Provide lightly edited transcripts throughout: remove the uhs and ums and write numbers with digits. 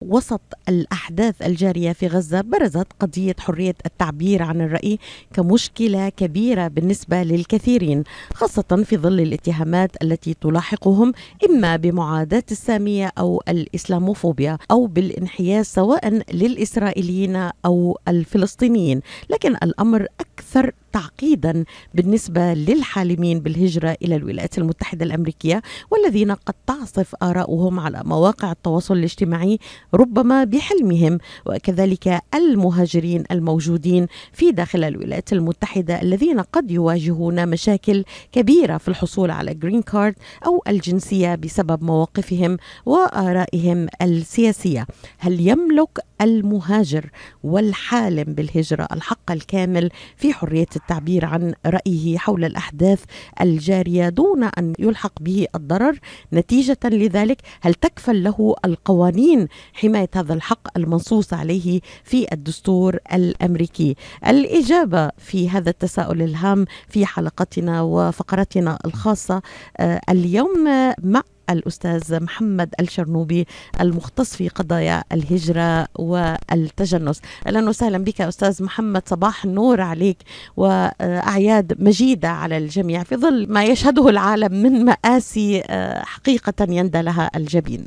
وسط الأحداث الجارية في غزة برزت قضية حرية التعبير عن الرأي كمشكلة كبيرة بالنسبة للكثيرين، خاصة في ظل الاتهامات التي تلاحقهم إما بمعاداة السامية أو الإسلاموفوبيا أو بالانحياز سواء للإسرائيليين أو الفلسطينيين. لكن الأمر أكثر تعقيدا بالنسبة للحالمين بالهجرة إلى الولايات المتحدة الأمريكية، والذين قد تعصف آراؤهم على مواقع التواصل الاجتماعي ربما بحلمهم، وكذلك المهاجرين الموجودين في داخل الولايات المتحدة الذين قد يواجهون مشاكل كبيرة في الحصول على جرين كارد أو الجنسية بسبب مواقفهم وآرائهم السياسية. هل يملك المهاجر والحالم بالهجرة الحق الكامل في حرية التعبير عن رأيه حول الأحداث الجارية دون أن يلحق به الضرر نتيجة لذلك؟ هل تكفل له القوانين حماية هذا الحق المنصوص عليه في الدستور الأمريكي؟ الإجابة في هذا التساؤل الهام في حلقتنا وفقرتنا الخاصة اليوم مع الأستاذ محمد الشرنوبي المختص في قضايا الهجرة والتجنس. أهلا وسهلا بك أستاذ محمد، صباح النور عليك وأعياد مجيدة على الجميع في ظل ما يشهده العالم من مآسي حقيقة يندى لها الجبين.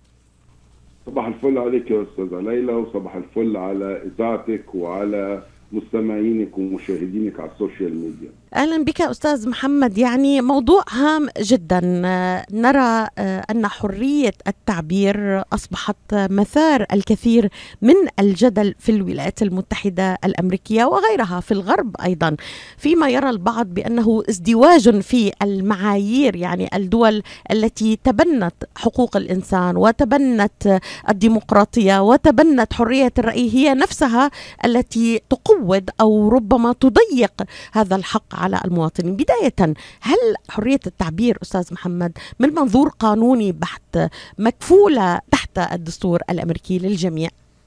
صباح الفل عليك يا أستاذة ليلى، وصباح الفل على إذاعتك وعلى مستمعينك ومشاهدينك على السوشيال ميديا. أهلا بك أستاذ محمد. يعني موضوع هام جدا، نرى أن حرية التعبير أصبحت مثار الكثير من الجدل في الولايات المتحدة الأمريكية وغيرها في الغرب أيضا، فيما يرى البعض بأنه ازدواج في المعايير. يعني الدول التي تبنت حقوق الإنسان وتبنت الديمقراطية وتبنت حرية الرأي هي نفسها التي تقوض أو ربما تضيق هذا الحق على المواطنين. بداية، هل حرية التعبير أستاذ محمد من منظور قانوني بحت مكفولة تحت الدستور الأمريكي للجميع؟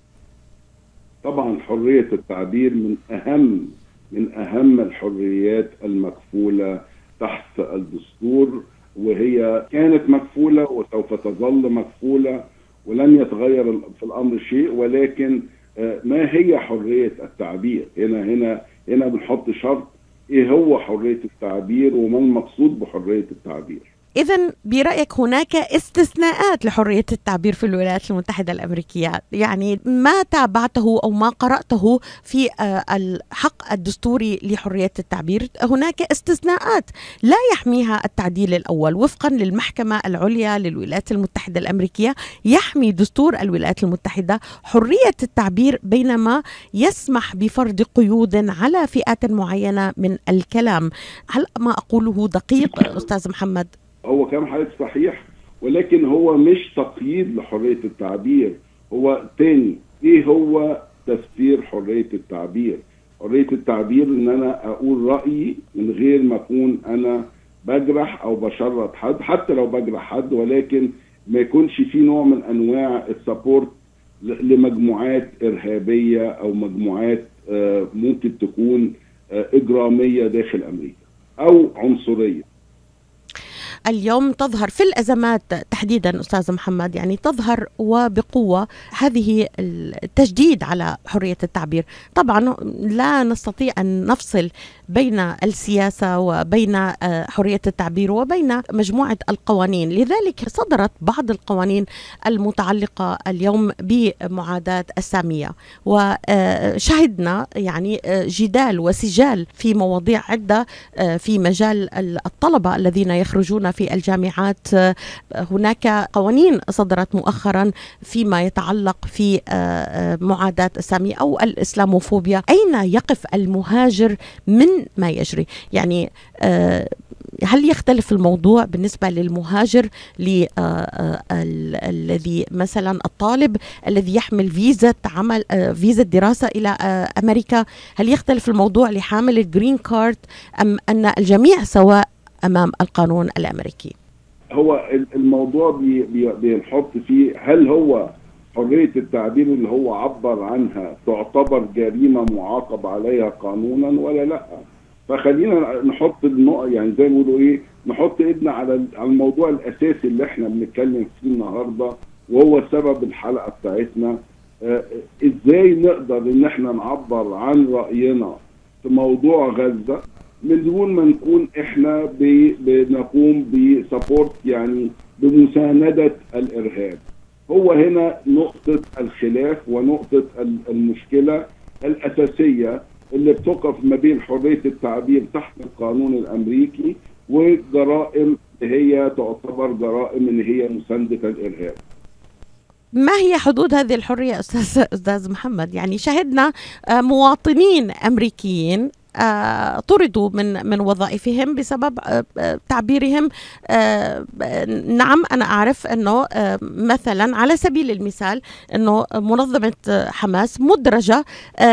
طبعا حرية التعبير من أهم الحريات المكفولة تحت الدستور، وهي كانت مكفولة وسوف تظل مكفولة ولن يتغير في الأمر شيء. ولكن ما هي حرية التعبير؟ هنا بنحط شرط، ايه هو حرية التعبير وما المقصود بحرية التعبير؟ إذن برأيك هناك استثناءات لحرية التعبير في الولايات المتحدة الأمريكية؟ يعني ما تابعته أو ما قرأته في الحق الدستوري لحرية التعبير، هناك استثناءات لا يحميها التعديل الأول وفقا للمحكمة العليا للولايات المتحدة الأمريكية. يحمي دستور الولايات المتحدة حرية التعبير بينما يسمح بفرض قيود على فئات معينة من الكلام. هل ما أقوله دقيق أستاذ محمد؟ هو كلام حضرتك صحيح، ولكن هو مش تقييد لحرية التعبير. هو تاني، ايه هو تفسير حرية التعبير؟ حرية التعبير ان انا اقول رأيي من غير ما اكون انا بجرح او بشرط حد، حتى لو بجرح حد، ولكن ما يكونش في نوع من انواع السبورت لمجموعات ارهابية او مجموعات ممكن تكون اجرامية داخل امريكا او عنصرية. اليوم تظهر في الأزمات تحديدا أستاذ محمد، يعني تظهر وبقوة هذه التشديد على حرية التعبير. طبعا لا نستطيع أن نفصل بين السياسة وبين حرية التعبير وبين مجموعة القوانين، لذلك صدرت بعض القوانين المتعلقة اليوم بمعاداة السامية، وشهدنا يعني جدال وسجال في مواضيع عدة في مجال الطلبة الذين يخرجون في الجامعات. هناك قوانين صدرت مؤخرا فيما يتعلق في معاداة السامية أو الإسلاموفوبيا. أين يقف المهاجر من ما يجري؟ يعني هل يختلف الموضوع بالنسبة للمهاجر الذي مثلا الطالب الذي يحمل فيزا عمل فيزا دراسة إلى أمريكا؟ هل يختلف الموضوع لحامل الجرين كارد أم أن الجميع سواء أمام القانون الأمريكي؟ هو الموضوع بنحط فيه هل هو حرية التعبير اللي هو عبر عنها تعتبر جريمة معاقب عليها قانونا ولا لا؟ فخلينا نحط يعني زي ما بيقولوا ايه، نحط ايدنا على الموضوع الاساسي اللي احنا بنتكلم فيه النهارده، وهو سبب الحلقة بتاعتنا. ازاي نقدر ان احنا نعبر عن رأينا في موضوع غزة من دون ما نكون احنا بنقوم بسبورت، يعني بمساندة الارهاب. هو هنا نقطة الخلاف ونقطة المشكلة الأساسية اللي بتقف ما بين حرية التعبير تحت القانون الأمريكي وجرائم هي تعتبر جرائم اللي هي مساندة الإرهاب. ما هي حدود هذه الحرية أستاذ محمد؟ يعني شهدنا مواطنين أمريكيين طردوا من وظائفهم بسبب تعبيرهم. نعم، أنا أعرف أنه مثلا على سبيل المثال أنه منظمة حماس مدرجة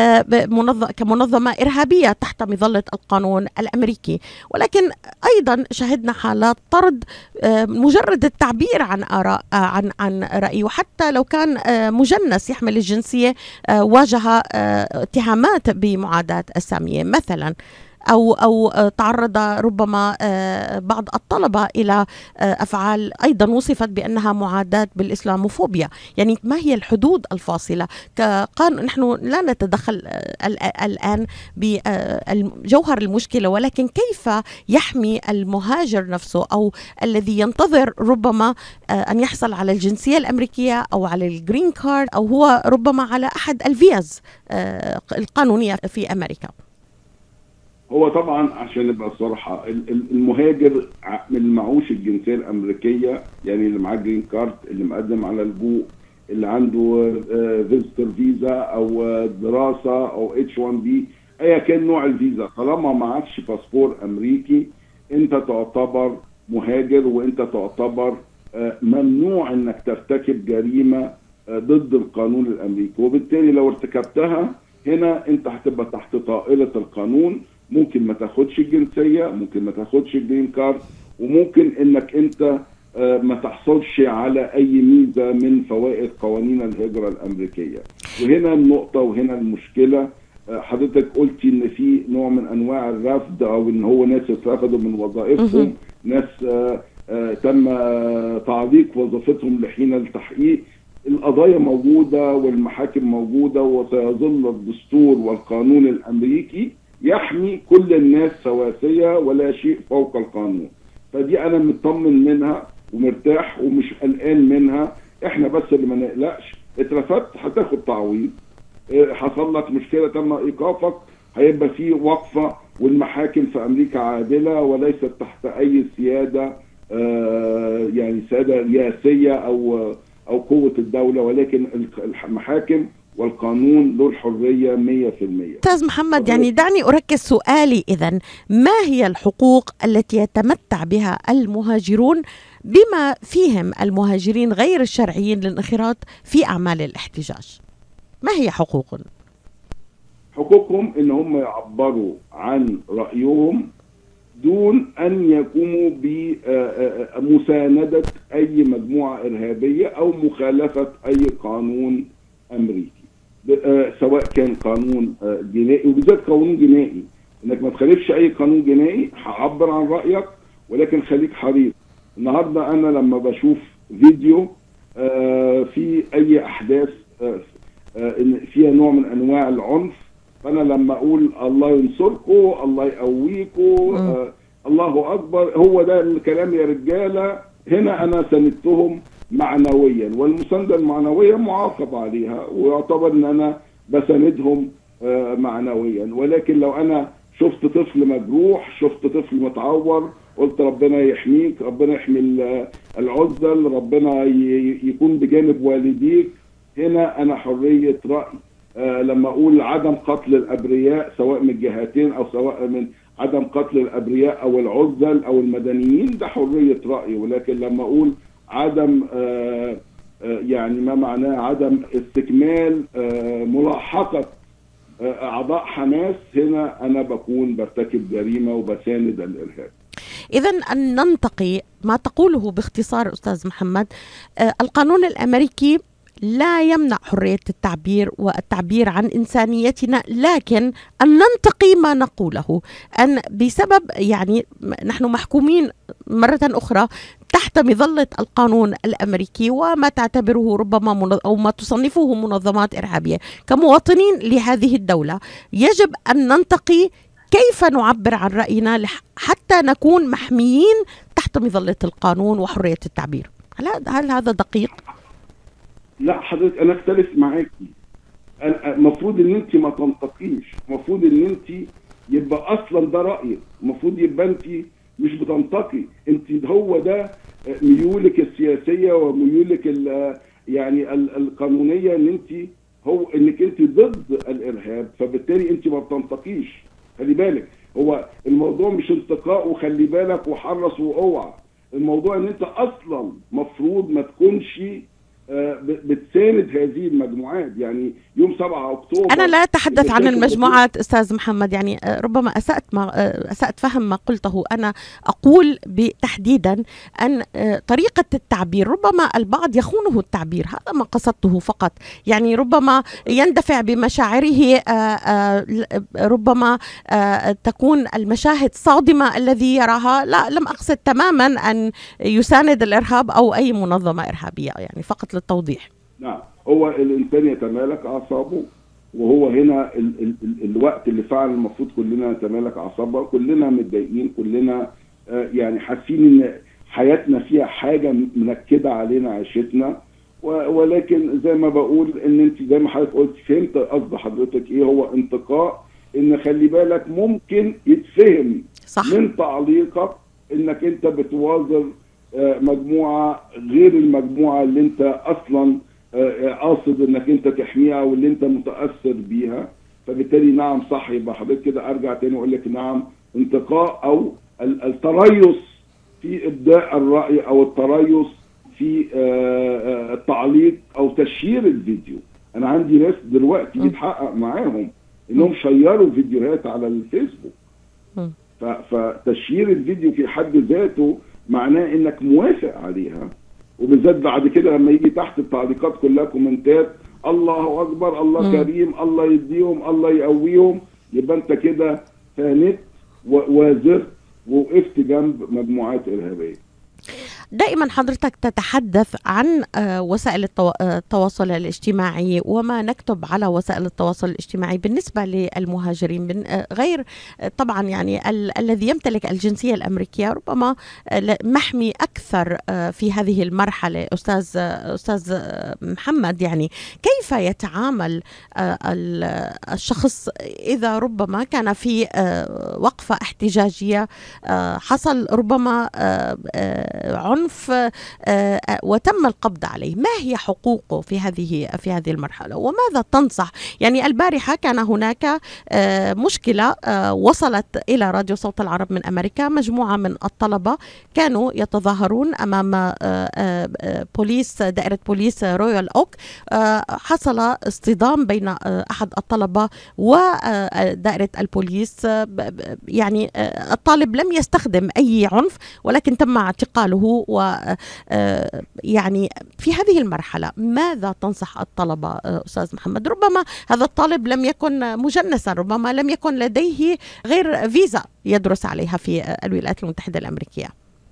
كمنظمة إرهابية تحت مظلة القانون الأمريكي، ولكن أيضا شهدنا حالات طرد مجرد التعبير عن آراء عن رأيه، حتى لو كان مجنس يحمل الجنسية واجه اتهامات بمعاداة السامية مثلا، أو تعرض ربما بعض الطلبة إلى أفعال أيضا وصفت بأنها معاداة بالإسلاموفوبيا. يعني ما هي الحدود الفاصلة؟ نحن لا نتدخل الآن بجوهر المشكلة، ولكن كيف يحمي المهاجر نفسه أو الذي ينتظر ربما أن يحصل على الجنسية الأمريكية أو على الجرين كارد أو هو ربما على أحد الفيز القانونية في أمريكا؟ هو طبعا عشان نبقى صراحة، المهاجر اللي معهوش الجنسية الأمريكية، يعني اللي معاه جرين كارد، اللي مقدم على لجوء، اللي عنده فيزيتور فيزا أو دراسة أو H1B، أيا كان نوع الفيزا، طالما معكش باسبور أمريكي أنت تعتبر مهاجر، وأنت تعتبر ممنوع أنك ترتكب جريمة ضد القانون الأمريكي. وبالتالي لو ارتكبتها هنا أنت هتبقى تحت طائلة القانون، ممكن ما تاخدش الجنسية، ممكن ما تاخدش الجرين كارد، وممكن انك انت ما تحصلش على اي ميزة من فوائد قوانين الهجرة الامريكية. وهنا النقطة وهنا المشكلة. حضرتك قلتي ان في نوع من انواع الرفض، او ان هو ناس اترفضوا من وظائفهم، ناس تم تعليق وظيفتهم لحين التحقيق. القضايا موجودة والمحاكم موجودة، وسيظل الدستور والقانون الامريكي يحمي كل الناس سواسية ولا شيء فوق القانون. فدي انا مطمن منها ومرتاح ومش قلقان منها. احنا بس اللي ما نقلقش، اترفدت هتاخد تعويض، حصل لك مشكلة تم ايقافك هيبقى في وقفة، والمحاكم في امريكا عادلة وليست تحت اي سيادة يعني سيادة رئاسية او قوة الدولة، ولكن المحاكم والقانون له الحرية 100%. أستاذ محمد، يعني دعني أركز سؤالي إذن، ما هي الحقوق التي يتمتع بها المهاجرون بما فيهم المهاجرين غير الشرعيين للانخراط في أعمال الاحتجاج؟ ما هي حقوقهم؟ حقوقهم إن هم يعبروا عن رأيهم دون أن يقوموا بمساندة أي مجموعة إرهابية أو مخالفة أي قانون أمريكي، سواء كان قانون جنائي، وبالذات قانون جنائي، انك ما تخالفش اي قانون جنائي. هعبر عن رايك ولكن خليك حريص. النهارده انا لما بشوف فيديو في اي احداث فيها نوع من انواع العنف، فانا لما اقول الله ينصركم، الله يقويكم، الله اكبر، هو ده الكلام يا رجاله، هنا انا سندتهم معنويا، والمسانده المعنويه معاقب عليها، ويعتبر ان انا بساندهم معنويا. ولكن لو انا شفت طفل مجروح، شفت طفل متعور، قلت ربنا يحميك، ربنا يحمي العزل، ربنا يكون بجانب والديك، هنا انا حريه راي. لما اقول عدم قتل الابرياء سواء من الجهتين او سواء من عدم قتل الابرياء او العزل او المدنيين، ده حريه راي. ولكن لما اقول عدم يعني ما معناه عدم استكمال ملاحقة أعضاء حماس، هنا أنا بكون برتكب جريمة وبساند الإرهاب. إذن أن ننتقي ما تقوله باختصار أستاذ محمد، القانون الأمريكي لا يمنع حرية التعبير والتعبير عن إنسانيتنا، لكن أن ننتقي ما نقوله، أن بسبب يعني نحن محكومين مرة أخرى تحت مظلة القانون الأمريكي وما تعتبره ربما أو ما تصنفه منظمات إرهابية، كمواطنين لهذه الدولة يجب أن ننتقي كيف نعبر عن رأينا حتى نكون محميين تحت مظلة القانون وحرية التعبير. هل هذا دقيق؟ لا حضرتك، أنا أختلف معاكي. المفروض ان انت ما تنتقيش، المفروض ان انت يبقى اصلا ده رايك، المفروض يبقى انت مش بتنتقي، انت هو ده ميولك السياسيه وميولك يعني القانونيه، ان انت هو انك انت ضد الارهاب، فبالتالي انت ما بتنتقيش. خلي بالك، هو الموضوع مش انتقاء وخلي بالك وحرص واوعى، الموضوع ان انت اصلا مفروض ما تكونش بتساند هذه المجموعات. يعني يوم 7 أكتوبر أنا لا أتحدث عن المجموعات أستاذ محمد، يعني ربما أسأت فهم ما قلته. أنا أقول تحديدا أن طريقة التعبير ربما البعض يخونه التعبير، هذا ما قصدته فقط. يعني ربما يندفع بمشاعره، ربما تكون المشاهد صادمة الذي يراها. لا، لم أقصد تماما أن يساند الإرهاب أو أي منظمة إرهابية، يعني فقط للتوضيح. نعم، هو الإنسان يتمالك أعصابه، وهو هنا الوقت اللي فعلا المفروض كلنا نتمالك أعصابنا، كلنا متضايقين، كلنا يعني حاسين إن حياتنا فيها حاجة منكدة علينا عيشتنا. ولكن زي ما بقول إن أنت زي ما حضرتك قلت، فهمت قصد حضرتك إيه. هو انتقاء، إن خلي بالك ممكن يتفهم صح من تعليقك إنك أنت بتوازر مجموعة غير المجموعة اللي انت اصلا قاصد انك انت تحميها واللي انت متأثر بيها. فبالتالي نعم صح، يبقى حضرتك كده ارجع تاني واقول لك نعم، انتقاء او التريث في ابداء الرأي او التريث في التعليق او تشيير الفيديو. انا عندي ناس دلوقتي بيتحقق معاهم انهم شيروا فيديوهات على الفيسبوك، فتشيير الفيديو في حد ذاته معناه انك موافق عليها. وبالذات بعد كده لما يجي تحت التعليقات كلها كومنتات الله اكبر، الله كريم، الله يديهم، الله يقويهم، يبقى انت كده فانت ووازرت ووقفت جنب مجموعات ارهابيه. دائما حضرتك تتحدث عن وسائل التواصل الاجتماعي وما نكتب على وسائل التواصل الاجتماعي بالنسبة للمهاجرين، من غير طبعا يعني الذي يمتلك الجنسية الأمريكية ربما محمي أكثر في هذه المرحلة. أستاذ محمد، يعني كيف يتعامل الشخص إذا ربما كان في وقفة احتجاجية، حصل ربما عنف وتم القبض عليه، ما هي حقوقه في هذه المرحلة وماذا تنصح؟ يعني البارحة كان هناك مشكلة وصلت إلى راديو صوت العرب من أمريكا، مجموعة من الطلبة كانوا يتظاهرون أمام دائرة بوليس رويال أوك، حصل اصطدام بين أحد الطلبة ودائرة البوليس. يعني الطالب لم يستخدم أي عنف ولكن تم اعتقاله. ويعني في هذه المرحلة ماذا تنصح الطلبة أستاذ محمد؟ ربما هذا الطالب لم يكن مجنسا، ربما لم يكن لديه غير فيزا يدرس عليها في الولايات المتحدة الأمريكية.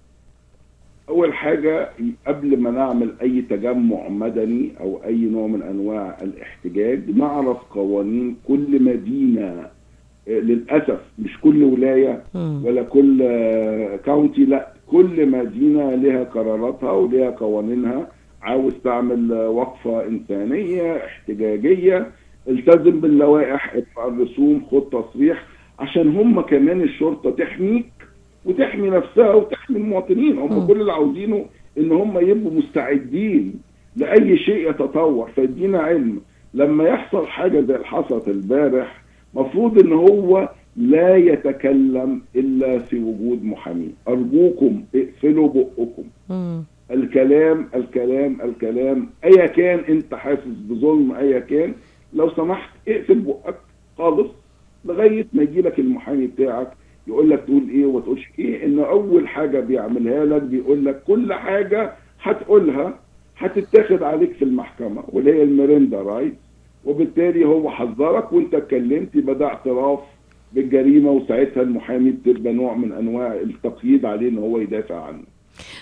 أول حاجة قبل ما نعمل أي تجمع مدني أو أي نوع من أنواع الاحتجاج نعرف قوانين كل مدينة. للأسف مش كل ولاية ولا كل كاونتي، لا، كل مدينة لها قراراتها ولها قوانينها. عاوز تعمل وقفة إنسانية احتجاجية، التزم باللوائح، ادفع الرسوم، خد تصريح، عشان هم كمان الشرطة تحميك وتحمي نفسها وتحمي المواطنين. هم كل اللي عاوزينه ان هم يبقوا مستعدين لأي شيء يتطور. فيدينا علم لما يحصل حاجة زي اللي حصلت البارح، مفروض ان هو لا يتكلم الا في وجود محامي. ارجوكم اقفلوا بقكم. الكلام الكلام الكلام، ايا كان انت حاسس بظلم، ايا كان، لو سمحت اقفل بقك خالص لغايه ما يجي لك المحامي بتاعك يقول لك تقول ايه وما تقولش ايه. ان اول حاجه بيعملها لك بيقول لك كل حاجه هتقولها هتتاخد عليك في المحكمه، واللي هي الميرندا رايت. وبالتالي هو حذرك وانت اتكلمت، يبقى ده اعتراف بالجريمه، وساعتها المحامي بتبقى نوع من انواع التقييد عليه ان هو يدافع عنه.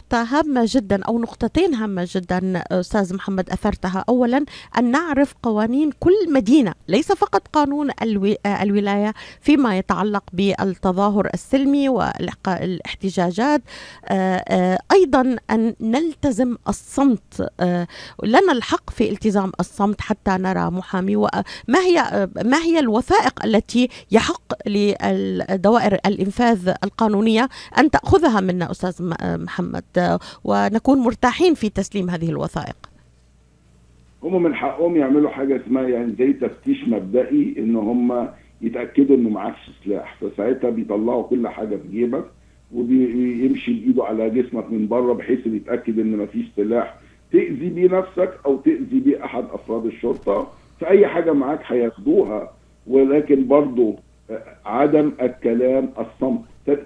نقطة هامة جدا أو نقطتين هامة جدا أستاذ محمد أثرتها. أولا أن نعرف قوانين كل مدينة، ليس فقط قانون الولاية فيما يتعلق بالتظاهر السلمي والاحتجاجات، أيضا أن نلتزم الصمت، لنا الحق في التزام الصمت حتى نرى محامي. ما هي الوثائق التي يحق لدوائر الإنفاذ القانونية أن تأخذها منا أستاذ محمد، ونكون مرتاحين في تسليم هذه الوثائق؟ هم من حقهم يعملوا حاجة اسمها يعني زي تفتيش مبدئي، ان هم يتأكدوا انه معكش سلاح، فساعتها بيطلعوا كل حاجة في جيبك وبيمشي بإيده على جسمك من بره بحيث يتأكد ان مفيش سلاح تأذي بيه نفسك او تأذي بيه احد افراد الشرطة. فأي حاجة معاك هياخدوها، ولكن برضو عدم الكلام، الصمت.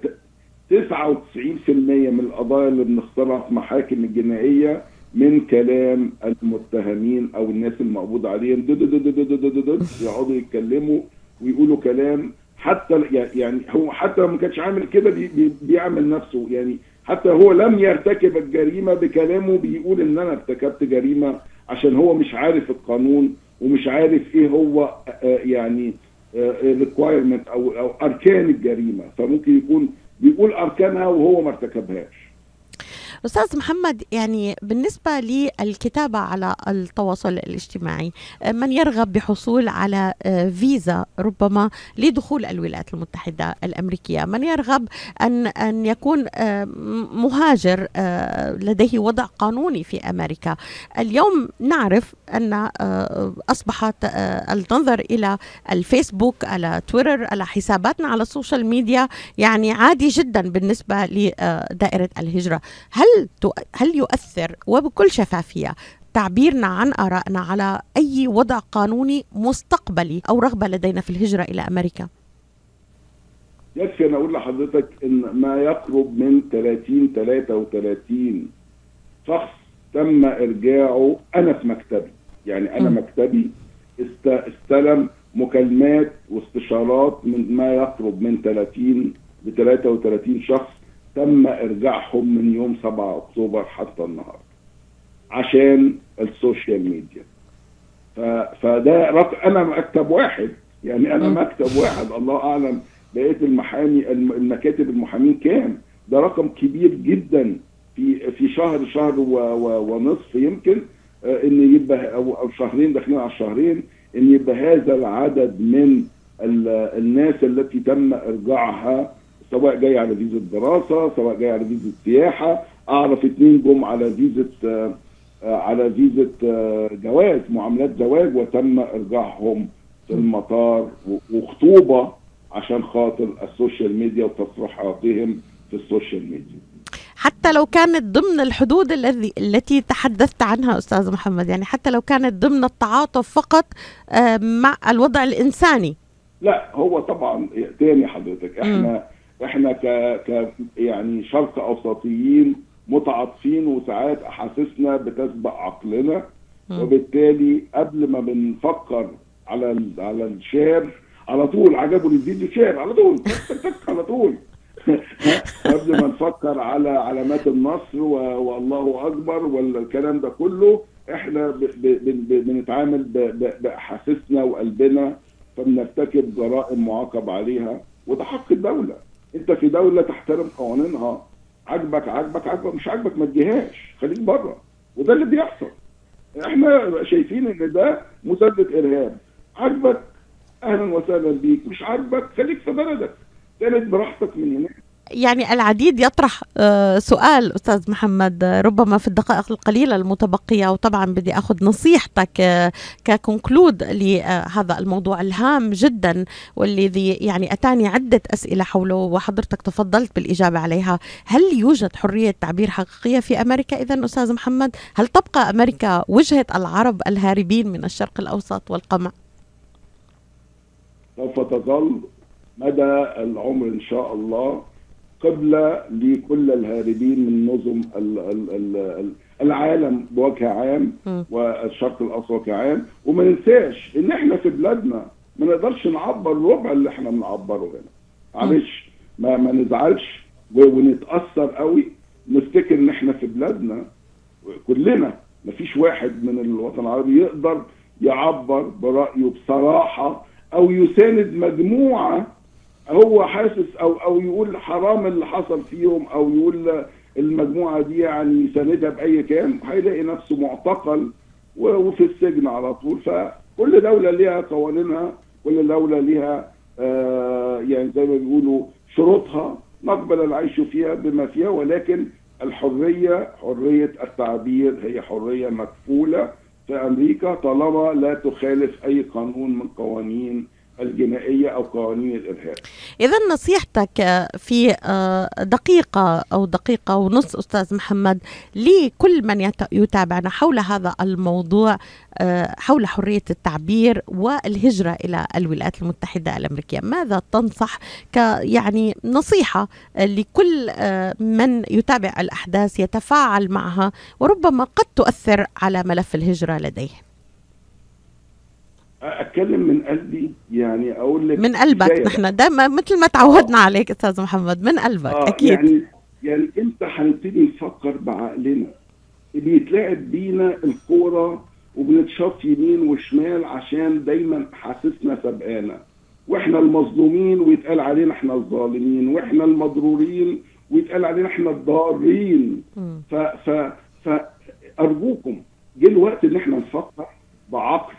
99% من القضايا اللي بنختارها في محاكم الجنائية من كلام المتهمين او الناس المقبوض عليهم، يقعدوا يتكلموا ويقولوا كلام. حتى يعني هو حتى لو ما كانش عامل كده بيعمل نفسه، يعني حتى هو لم يرتكب الجريمة بكلامه بيقول ان انا ارتكبت جريمة، عشان هو مش عارف القانون ومش عارف ايه هو يعني requirement او اركان الجريمة، فممكن يكون بيقول اركانها وهو ما ارتكبهاش. أستاذ محمد، يعني بالنسبة للكتابة على التواصل الاجتماعي، من يرغب بحصول على فيزا ربما لدخول الولايات المتحدة الأمريكية، من يرغب أن يكون مهاجر لديه وضع قانوني في أمريكا، اليوم نعرف أن أصبحت النظر إلى الفيسبوك، على تويتر، على حساباتنا على السوشيال ميديا يعني عادي جدا بالنسبة لدائرة الهجرة. هل يؤثر وبكل شفافية تعبيرنا عن آرائنا على أي وضع قانوني مستقبلي أو رغبة لدينا في الهجرة إلى أمريكا؟ يكفي أن أقول لحضرتك إن ما يقرب من 33 شخص تم إرجاعه. أنا في مكتبي، يعني أنا مكتبي استلم مكالمات واستشارات من ما يقرب من 30 ل 33 شخص تم ارجاعهم من يوم 7 اكتوبر حتى النهارده عشان السوشيال ميديا. فده انا مكتب واحد، يعني انا مكتب واحد، الله اعلم بقيه المحامي المكاتب المحامين كام. ده رقم كبير جدا في شهر ونصف يمكن، ان يبقى او شهرين داخلين على الشهرين، ان يبقى هذا العدد من الناس التي تم ارجاعها، سواء جاي على فيزا دراسة سواء جاي على فيزا سياحة. أعرف 2 جم على فيزا جواز، معاملات زواج، وتم إرجاعهم في المطار، وخطوبة عشان خاطر السوشيال ميديا وتصريحاتهم في السوشيال ميديا، حتى لو كانت ضمن الحدود التي تحدثت عنها أستاذ محمد، يعني حتى لو كانت ضمن التعاطف فقط مع الوضع الإنساني. لا هو طبعا تاني حضرتك احنا ك يعني شرق اوسطيين متعاطفين، وساعات احاسيسنا بتسبق عقلنا، وبالتالي قبل ما بنفكر على الشير على طول، عجبوا الفيديو شير على طول على طول قبل ما نفكر على علامات النصر والله اكبر ولا الكلام ده كله، احنا بنتعامل باحاسيسنا وقلبنا، فبنرتكب جرائم معاقب عليها، وده حق الدولة. انت في دولة تحترم قوانينها، عجبك مش عجبك ما تجيهاش، خليك بره. وده اللي بيحصل. احنا شايفين ان ده مسدد ارهاب. عجبك اهلا وسهلا بيك، مش عجبك خليك في بلدك، كانت براحتك من هناك. يعني العديد يطرح سؤال أستاذ محمد ربما في الدقائق القليلة المتبقية، وطبعا بدي أخذ نصيحتك ككونكلود لهذا الموضوع الهام جدا والذي يعني أتاني عدة أسئلة حوله وحضرتك تفضلت بالإجابة عليها. هل يوجد حرية تعبير حقيقية في أمريكا إذن أستاذ محمد؟ هل تبقى أمريكا وجهة العرب الهاربين من الشرق الأوسط والقمع؟ سوف تظل مدى العمر إن شاء الله قبلة لكل الهاربين من نظم العالم بوجه عام والشرق الأوسط بوجه عام. وما ننساش إن إحنا في بلادنا ما نقدرش نعبر الربع اللي إحنا بنعبره هنا. معلش ما نزعلش ونتأثر قوي، نفتكر ان احنا في بلادنا كلنا مفيش واحد من الوطن العربي يقدر يعبر برأيه بصراحة او يساند مجموعة هو حاسس او يقول حرام اللي حصل فيهم، او يقول المجموعة دي يعني يساندها بأي كلام، هيلاقي نفسه معتقل وفي السجن على طول. فكل دولة ليها قوانينها، كل دولة ليها يعني زي ما بيقولوا شروطها، نقبل العيش فيها بما فيها، ولكن الحرية، حرية التعبير هي حرية مكفولة في أمريكا طالما لا تخالف أي قانون من قوانين الجنائية أو قوانين الإرهاب. إذا نصيحتك في دقيقة أو دقيقة ونص أستاذ محمد لكل من يتابعنا حول هذا الموضوع، حول حرية التعبير والهجرة إلى الولايات المتحدة الأمريكية، ماذا تنصح يعني نصيحة لكل من يتابع الأحداث يتفاعل معها وربما قد تؤثر على ملف الهجرة لديه؟ اتكلم من قلبي، يعني اقول لك من قلبك، نحن دائما مثل ما تعودنا عليك استاذ محمد، من قلبك. اكيد يعني انت هنبتدي نفكر بعقلنا. اللي يتلعب بينا الكوره وبنتشاط يمين وشمال عشان دايما حاسسنا سبقانا، واحنا المظلومين ويتقال علينا احنا الظالمين، واحنا المضرورين ويتقال علينا احنا الضارين. فارجوكم جه الوقت ان احنا نفكر بعقل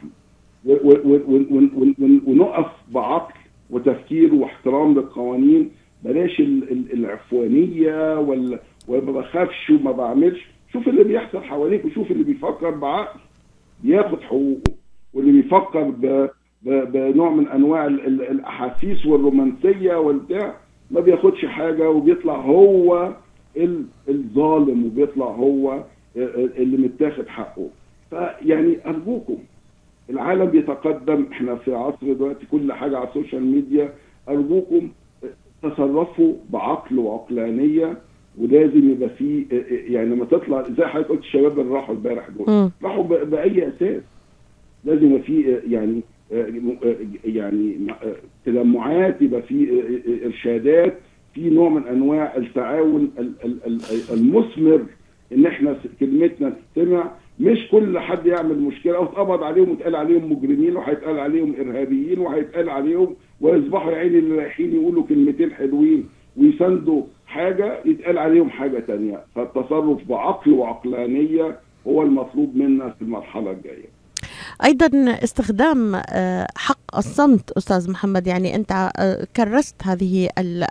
ونقف بعقل وتفكير واحترام للقوانين. بلاش العفوانيه وما بخافش وما بعملش. شوف اللي بيحصل حواليك وشوف اللي بيفكر بعقل بياخد حقوقه، واللي بيفكر بنوع من انواع الاحاسيس والرومانسيه والبتاع ما بياخدش حاجه، وبيطلع هو الظالم وبيطلع هو اللي متاخد حقه. فيعني ارجوكم، العالم بيتقدم، احنا في عصر دلوقتي كل حاجه على السوشيال ميديا. ارجوكم تصرفوا بعقل وعقلانيه، ولازم يبقى فيه يعني لما تطلع زي حضرتك قلت الشباب اللي راحوا امبارح دول راحوا باي اساس؟ لازم يبقى فيه يعني تجمعات، يبقى فيه ارشادات، في نوع من انواع التعاون المثمر، ان احنا كلمتنا تستمع، مش كل حد يعمل مشكله واتقبض عليهم ويتقال عليهم مجرمين وهيتقال عليهم ارهابيين وهيتقال عليهم، ويصبحوا يا عيني اللي رايحين يقولوا كلمتين حلوين ويساندوا حاجه يتقال عليهم حاجه ثانيه. فالتصرف بعقل وعقلانيه هو المطلوب منا في المرحله الجايه. أيضا استخدام حق الصمت أستاذ محمد، يعني أنت كرست هذه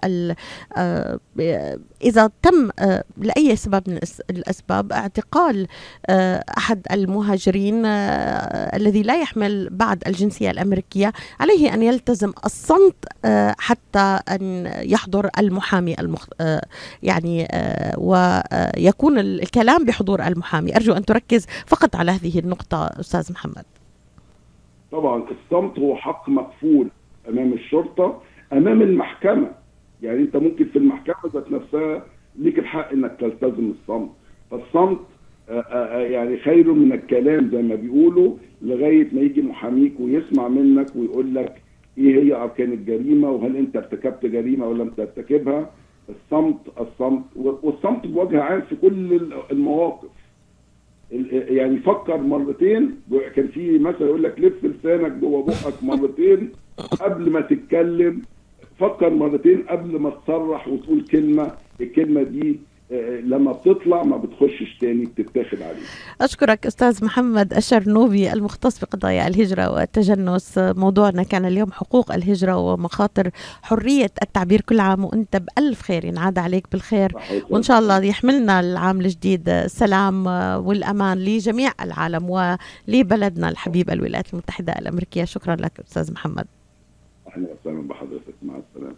إذا تم لأي سبب من الأسباب اعتقال أحد المهاجرين الذي لا يحمل بعد الجنسية الأمريكية، عليه أن يلتزم الصمت حتى أن يحضر المحامي يعني ويكون الكلام بحضور المحامي. أرجو أن تركز فقط على هذه النقطة أستاذ محمد. طبعا الصمت هو حق مكفول امام الشرطه، امام المحكمه. يعني انت ممكن في المحكمه ذات نفسها ليك الحق انك تلتزم الصمت. فالصمت يعني خير من الكلام زي ما بيقولوا، لغايه ما يجي محاميك ويسمع منك ويقول لك ايه هي اركان الجريمه، وهل انت ارتكبت جريمه ولا لم ترتكبها. الصمت والصمت بوجه عام في كل المواقف. يعني فكر مرتين. كان في مثل يقول لك لف لسانك جوه بقك مرتين قبل ما تتكلم. فكر مرتين قبل ما تصرح وتقول كلمه. الكلمه دي لما بتطلع ما بتخشش تاني، بتتاخد عليه. أشكرك أستاذ محمد الشرنوبي المختص بقضايا الهجرة والتجنس. موضوعنا كان اليوم حقوق الهجرة ومخاطر حرية التعبير. كل عام وأنت بألف خير، ينعاد عليك بالخير، وإن شاء الله يحملنا العام الجديد السلام والأمان لجميع العالم ولبلدنا الحبيب الولايات المتحدة الأمريكية. شكرا لك أستاذ محمد. أهلا وسهلا بحضرتك، مع السلامة.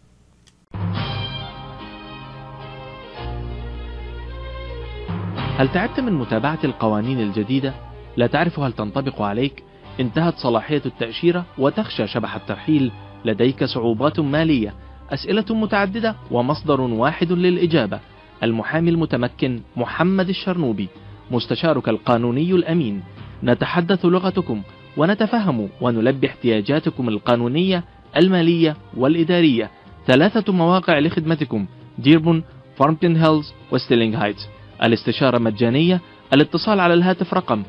هل تعبت من متابعة القوانين الجديدة؟ لا تعرف هل تنطبق عليك؟ انتهت صلاحية التأشيرة وتخشى شبح الترحيل؟ لديك صعوبات مالية؟ أسئلة متعددة ومصدر واحد للإجابة. المحامي المتمكن محمد الشرنوبي، مستشارك القانوني الأمين. نتحدث لغتكم ونتفهم ونلبي احتياجاتكم القانونية، المالية والإدارية. 3 مواقع لخدمتكم: ديربون، فارمتون هيلز وستيلينغ هايتس. الاستشارة مجانية. الاتصال على الهاتف رقم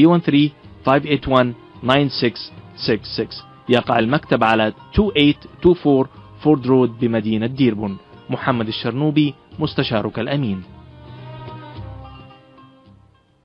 313-581-9666. يقع المكتب على 2824 فورد رود بمدينة ديربون. محمد الشرنوبي، مستشارك الأمين.